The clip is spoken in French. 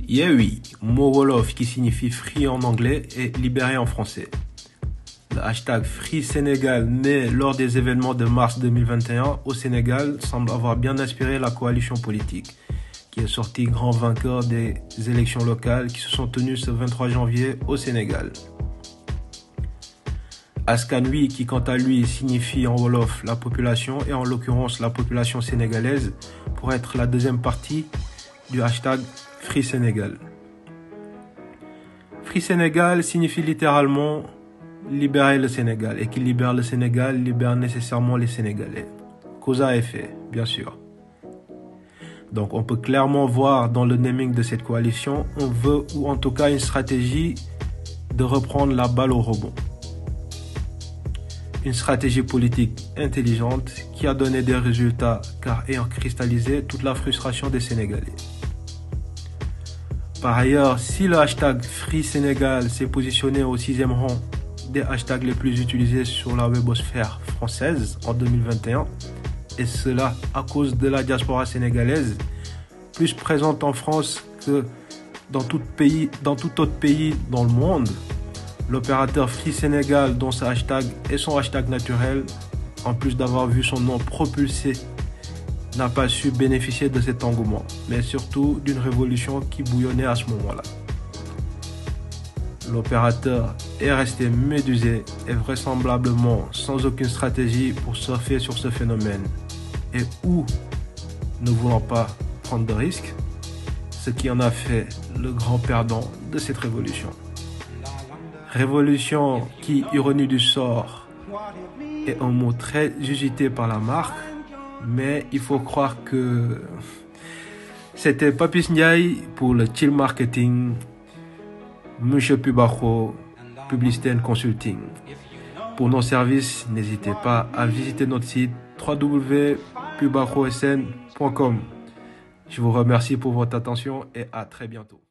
Yewi, mot Wolof qui signifie free en anglais et libéré en français. Le hashtag Free Sénégal, né lors des événements de mars 2021 au Sénégal, semble avoir bien inspiré la coalition politique, qui est sortie grand vainqueur des élections locales qui se sont tenues ce 23 janvier au Sénégal. Askanui, qui quant à lui signifie en Wolof la population, et en l'occurrence la population sénégalaise, pour être la deuxième partie du hashtag Free Sénégal. Free Sénégal signifie littéralement libérer le Sénégal, et qui libère le Sénégal libère nécessairement les Sénégalais. Cause à effet, bien sûr. Donc on peut clairement voir dans le naming de cette coalition, on veut, ou en tout cas une stratégie de reprendre la balle au rebond. Une stratégie politique intelligente qui a donné des résultats car ayant cristallisé toute la frustration des Sénégalais. Par ailleurs, si le hashtag Free Sénégal s'est positionné au 6e rang des hashtags les plus utilisés sur la webosphère française en 2021, et cela à cause de la diaspora sénégalaise, plus présente en France que dans tout autre pays dans le monde, l'opérateur Free Sénégal, dont ce hashtag est son hashtag naturel, en plus d'avoir vu son nom propulsé, n'a pas su bénéficier de cet engouement, mais surtout d'une révolution qui bouillonnait à ce moment-là. L'opérateur est resté médusé et vraisemblablement sans aucune stratégie pour surfer sur ce phénomène. Et où, ne voulant pas prendre de risques, ce qui en a fait le grand perdant de cette révolution. Révolution qui, ironie du sort, est un mot très usité par la marque, mais il faut croire que c'était Papis Ndiaye pour le Chill Marketing, Monsieur Pubakho, Publicité and Consulting. Pour nos services, n'hésitez pas à visiter notre site www.pubakosn.com. Je vous remercie pour votre attention et à très bientôt.